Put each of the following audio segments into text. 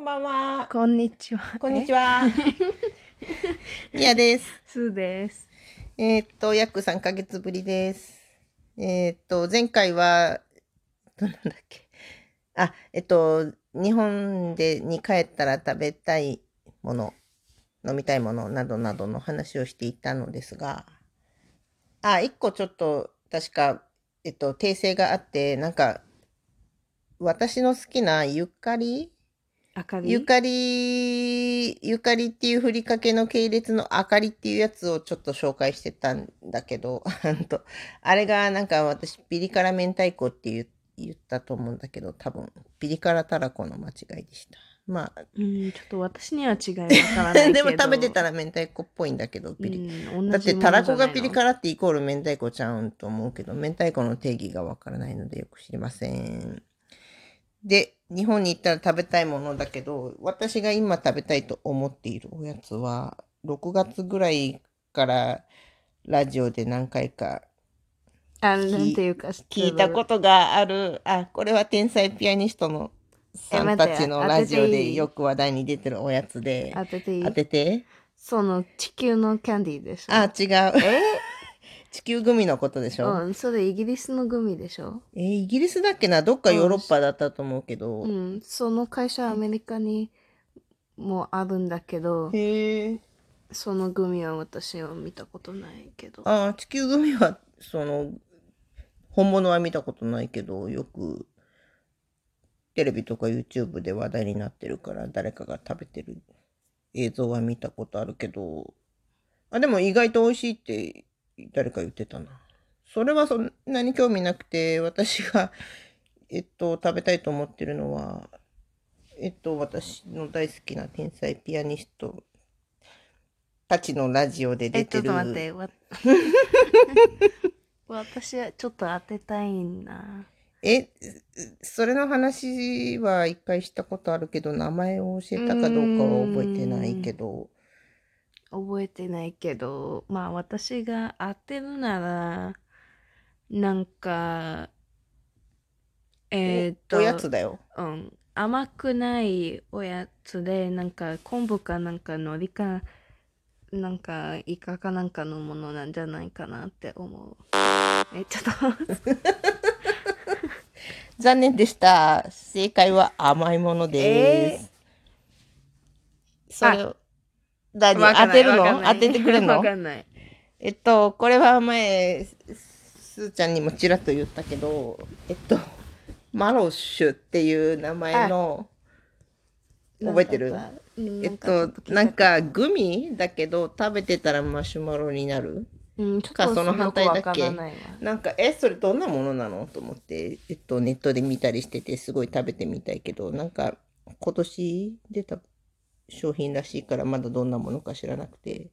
んばんは。 こんにちは。 こんにちは。みやです。 すーです。 約3ヶ月ぶりです。前回は、なんだっけ。日本に帰ったら食べたいもの、飲みたいものなどなどの話をしていたのですが、一個ちょっと、確か、訂正があって、私の好きなゆかりあかりゆかり、ゆかりっていうふりかけの系列のあかりっていうやつをちょっと紹介してたんだけど、あれが私ピリ辛明太子って言ったと思うんだけど、多分ピリ辛たらこの間違いでした。まあ、 ちょっと私には違いわからないでもけど。 食べてたら明太子っぽいんだけど、 同だってじものたらこがじゃないの。 ピリ辛ってイコール明太子ちゃうんと思うけど、明太子の定義がわからないのでよく知りません。で、日本に行ったら食べたいものだけど、私が今食べたいと思っているおやつは、6月ぐらいからラジオで何回かなんていうか知って聞いたこる。 とがある、これは天才ピアニストのさん待って、 たちの当てラジオでていい？ よく話題に出てるおやつで、当当てていい？ てて。 その地球のキャンディーでしょ。 違う。地球グミのことでしょ？ それイギリスのグミでしょ。 イギリスだっけな、どっかヨーロッパだったと思うけど。 その会社アメリカにもあるんだけど、 へえ。 そのグミは私は見たことないけど。 地球グミは、本物は見たことないけど、よくテレビとか YouTube で話題になってるから、誰かが食べてる映像は見たことあるけど、でも意外と美味しいって誰か言ってたな。それはそんなに興味なくて、私が、食べたいと思ってるのは、私の大好きな天才ピアニストたちのラジオで出ちょてる、 っと待って。私はちょっと当てたいな。 え、それの話は一回したことあるけど、名前を教えたかどうかは覚えてないけど、 覚えてないけど、まあ私が当てるなら、なんか、 おやつだよ。 甘くないおやつで、昆布か海苔か、イカかなんかのものなんじゃないかなって思う。ちょっと残念でした。正解は甘いものでえす。それを、当わかんない、 てるの？ わかんない。 当ててくれるわの？ かんない。 これは前、すーちゃんにもちらっと言ったけど、マロッシュっていう名前あ、 の、 なん覚えてる？ かさ、なんかちょっと聞いたか。 グミだけど食べてたらマシュマロになるちょっか、そのとよ反対くわからだっけ？ ないわ。 それどんなものなのと思って、ネットで見たりしてて、すごい食べてみたいけど、今年出た商品らしいからまだどんなものか知らなくて、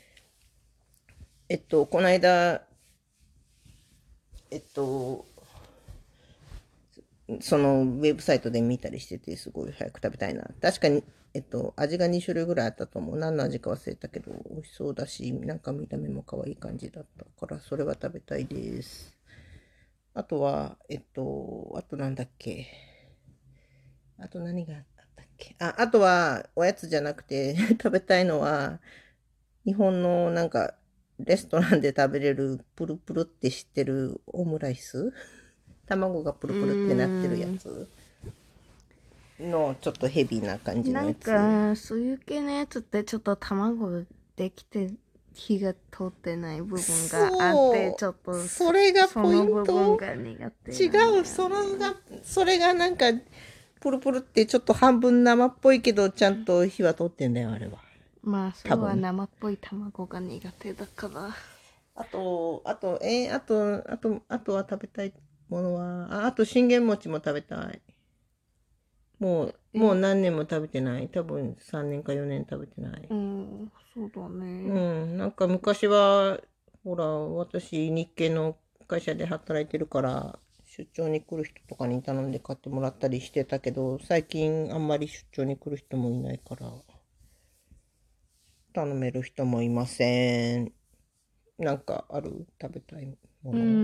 この間、えっと、そのウェブサイトで見たりしてて、すごい早く食べたいな。確かに、味が2種類ぐらいあったと思う。何の味か忘れたけど、美味しそうだし、見た目も可愛い感じだったから、それは食べたいです。あとは、あとなんだっけ。あと何があったっけ。あとは、おやつじゃなくて食べたいのは、日本のレストランで食べれるプルプルって知ってるオムライス？卵がプうールプルってなってるやん。 つのちょっちょっとヘビーな感じのやつ。 そういう系のやつってちょっと卵できて火が通ってない部分があって、 そう。 ちょっとそれがそポイの部分ント？ が苦手違なんだう。 よね。 それがプルプルってちょっと半分生っぽいけど、ちゃんと火は通ってんだよ、あれは。 まあ、それは多分。 生っぽい卵が苦手だから。 あとは食べたいものは、あと信玄餅も食べたい。もうえ、 何年も食べてない。多分3年か4年食べてない。 そうだうね。 ん、昔は、ほら、私、日系の会社で働いてるから、出張に来る人とかに頼んで買ってもらったりしてたけど、最近あんまり出張に来る人もいないから、頼める人もいません。ある？食べたいもの。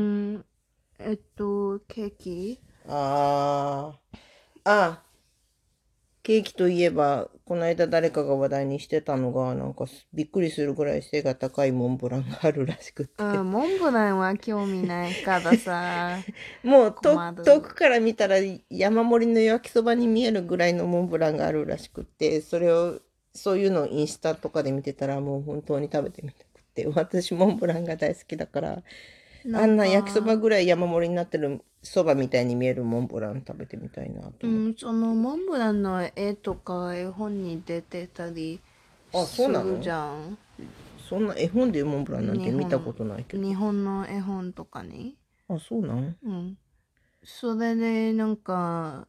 ケーキ。 あー、あ、 ケーキといえば、この間誰かが話題にしてたのが、なんかびっくりするぐらい背が高いモンブランがあるらしくて。 うん、モンブランは興味ないからさ、 もう困る。 遠くから見たら山盛りの焼きそばに見えるぐらいのモンブランがあるらしくて、そういうのをインスタとかで見てたらもう本当に食べてみたくて、私モンブランが大好きだから、あんな焼きそばぐらい山盛りになってるそばみたいに見えるモンブラン食べてみたいなと思って。 そのモンブランの絵とか絵本に出てたりあ、 するじそうなの？ ゃん。 そんな絵本でモンブランなんて日見たこ本、 とないけど。 日本の絵本とかに。 あ、そうなん？ うん。それでなんか、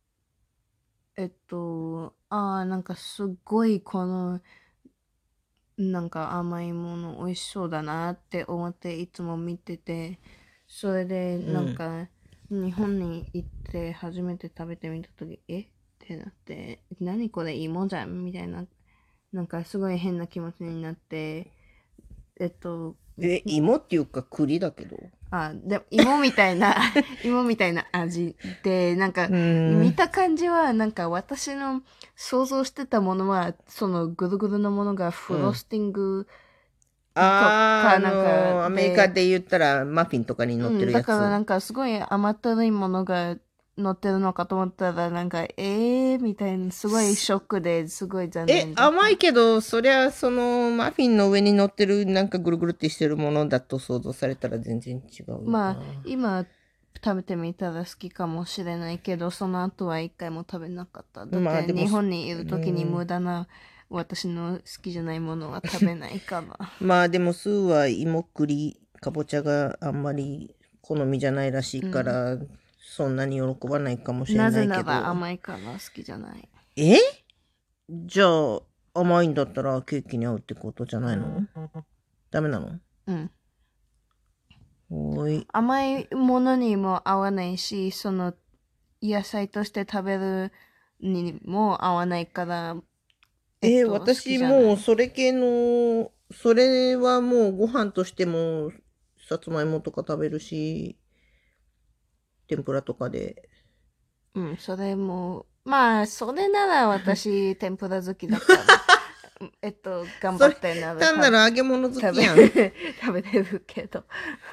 なんかすっごいこの、なんか甘いもの美味しそうだなって思っていつも見てて、それでうん。 なんか日本に行って初めて食べてみたとき、えってなって、何これ芋じゃんみたいな、なんかすごい変な気持ちになって、えっと、 芋っていうか栗だけど。 でも芋みたいな芋みたいな味で、なんかうーん。 見た感じは、なんか私の想像してたものは、そのぐるぐるのものがフロうん。 スティングとあー、 かなんかアメリカで、 で言ったらマフィンとかに乗ってるだからなやつ。 んかすごい甘ったるいものが乗ってるのかと思ったら、なんか、みたいな、すごいショックですごい残念だっ甘いた。 けど、そりゃ、その、マフィンの上に乗ってる、なんかぐるぐるってしてるものだと想像されたら全然違うよまあ、 な。 今食べてみたら好きかもしれないけど、その後は一回も食べなかった。だっまあ、 てでも、 日本にいるう時に無ん。 駄な私の好きじゃないものは食べないから。 まあ、でも、スーは芋栗、かぼちゃがあんまり好みじゃないらしいうん。 から、そんなに喜ばないかもしれないなぜなけど。 ら甘いから好きじゃない。 えじゃあ、甘いんだったらケーキに合うってことじゃないの？ダメなの？ うん。 おーい。 甘いものにも合わないし、その野菜として食べるにも合わないから、好き私もうじゃない。 それ系の、それはもうご飯としても、さつまいもとか食べるし、天ぷらとかで。 うん、それも、まあ、それなら私、天ぷら好きだから、頑張それ、 ってなら単なる揚げ物好食べ、 きやん。 食べれるけど。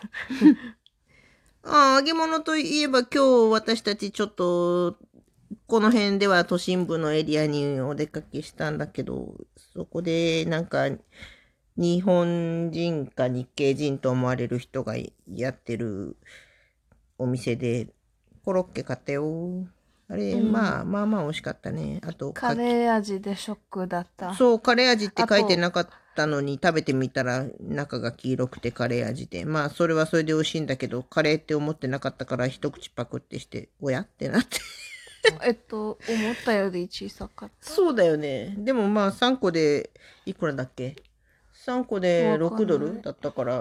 揚げ物といえば今日私たちちょっと、この辺では都心部のエリアにお出かけしたんだけど、そこでなんか日本人か日系人と思われる人がやってるお店でコロッケ買ったよ。あれ、 うん。 まあまあ美味しかったね。あと、 カレー味でショックだった。 そう、カレー味って書いてあと、 なかったのに食べてみたら中が黄色くてカレー味で。まあ、それはそれで美味しいんだけど、カレーって思ってなかったから一口パクってして、おやってなって。 思ったより小さかった。 そうだよね。でもまあ3個で、いくらだっけ？ 3 個でわか 6ドルんない。 だったから、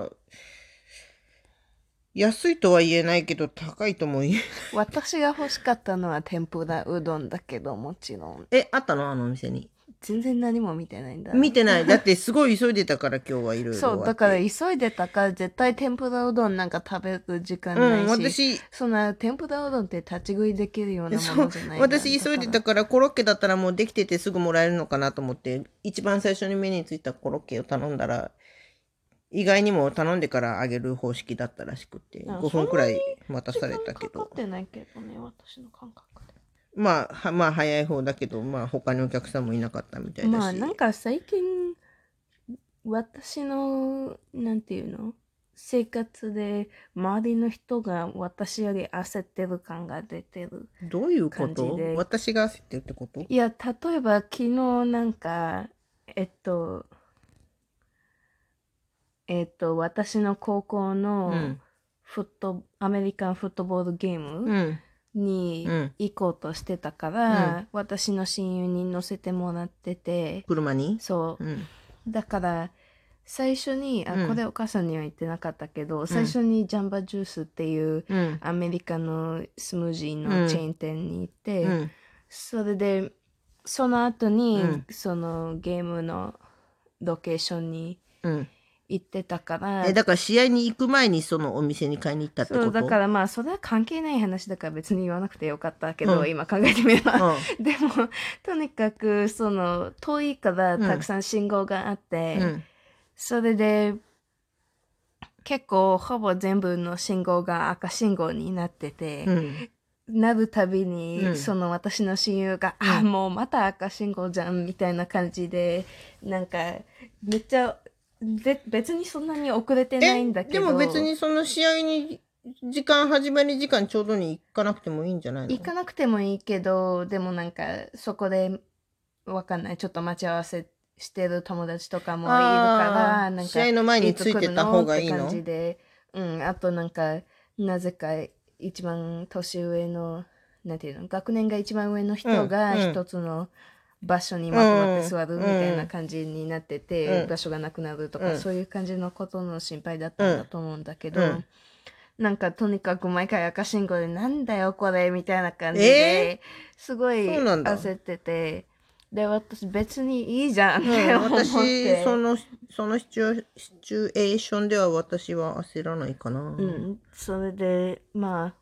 安いとは言えないけど高いとも言えない。 私が欲しかったのは天ぷらうどんだけど、もちろん。 あったのあのお店に？ 全然何も見てないんだ。 見てない。だってすごい急いでたから今日はいろいろそう、だから終わって。 急いでたから絶対天ぷらうどんなんか食べる時間なうん、 いし、 私、 そんな天ぷらうどんって立ち食いできるようなもそう、 のじゃないじゃん。 私急いだから、 でたからコロッケだったらもうできててすぐもらえるのかなと思って、一番最初に目についたコロッケを頼んだら、意外にも頼んでから揚げる方式だったらしくて、5 そんなに分くらい待た時された間かかっけど、 てないけどね、私の感覚で。 まあ早い方だけど、まあ他にお客さんもいなかったみたいだまあなんし、 か最近私の、なんていうの生活で周りの人が私より焦ってる感が出てるどういうこ感じと？ で。 私が焦ってるってこと？ いや、例えば昨日なんか、えっと、私の高校のうん、 アメリカンフットボールゲームうん、うにん、 行こうとしてたかうん。 ら、私の親友に乗せてもらってて、 車に？ そうん、 う。だから、最初に、こうん、 れお母さんには言ってなかったけど、 うん、 最初にジャンバジュースっていううん、 アメリカのスムージーうん、 のチェーン店に行って、 うん、 それで、その後に、 うん、 そのゲームのロケーションにうん。 行ってたから、 だから試合に行く前にそのお店に買いに行ったってこと？ そう、だからまあ、それは関係ない話だから別に言わなくてよかったけど、 うん今考えてみれば。 うでも、とにかく、遠いからうんたくさん信号があって、 ん。 それで、結構ほぼ全部の信号が赤信号になってて、 うん。 なるたびに、 うん私の親友が、あ、もうまた赤信号じゃん、みたいな感じで、なんか、めっちゃ、別にそんなに遅れてないんだけど。 でも別にその試合に始まり時間ちょうどに行かなくてもいいんじゃないの？ 行かなくてもいいけど、でもなんか、そこで、わかんない、ちょっと待ち合わせしてる友達とかもいるから、なんか、 試合の前についてた方がいいの？ って感じで、あとなんか、なぜか一番年上の、なんていうの、学年が一番上の人が一つの場所にまとまって座るみたいな感じになってて、場所がなくなるとか、そういう感じのことの心配だったんだと思うんだけど、なんかとにかく毎回赤信号でなんだよこれみたいな感じで、すごい焦ってて、で、私別にいいじゃんって思って。 私、そのシチュエーションでは私は焦らないかな。 それで、ま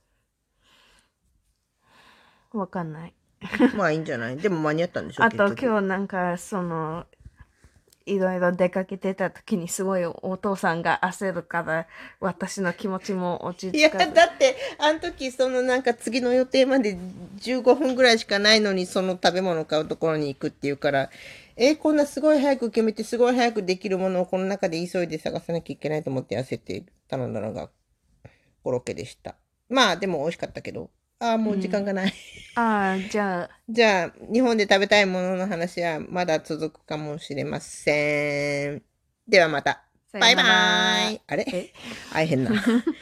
あ、わかんない。 まあいいんじゃない？でも間に合ったんでしょ？ あと今日なんか、いろいろ出かけてた時にすごいお父さんが焦るから、私の気持ちも落ち着かず。 いや、だって、あの時、なんか次の予定まで15分ぐらいしかないのに、その食べ物買うところに行くっていうから、こんなすごい早く決めて、すごい早くできるものをこの中で急いで探さなきゃいけないと思って焦って頼んだのがコロッケでした。まあ、でも美味しかったけど。もう時間がない。 じゃあ。 じゃあ、日本で食べたいものの話はまだ続くかもしれません。ではまた。バイバーイ。あれ？変な。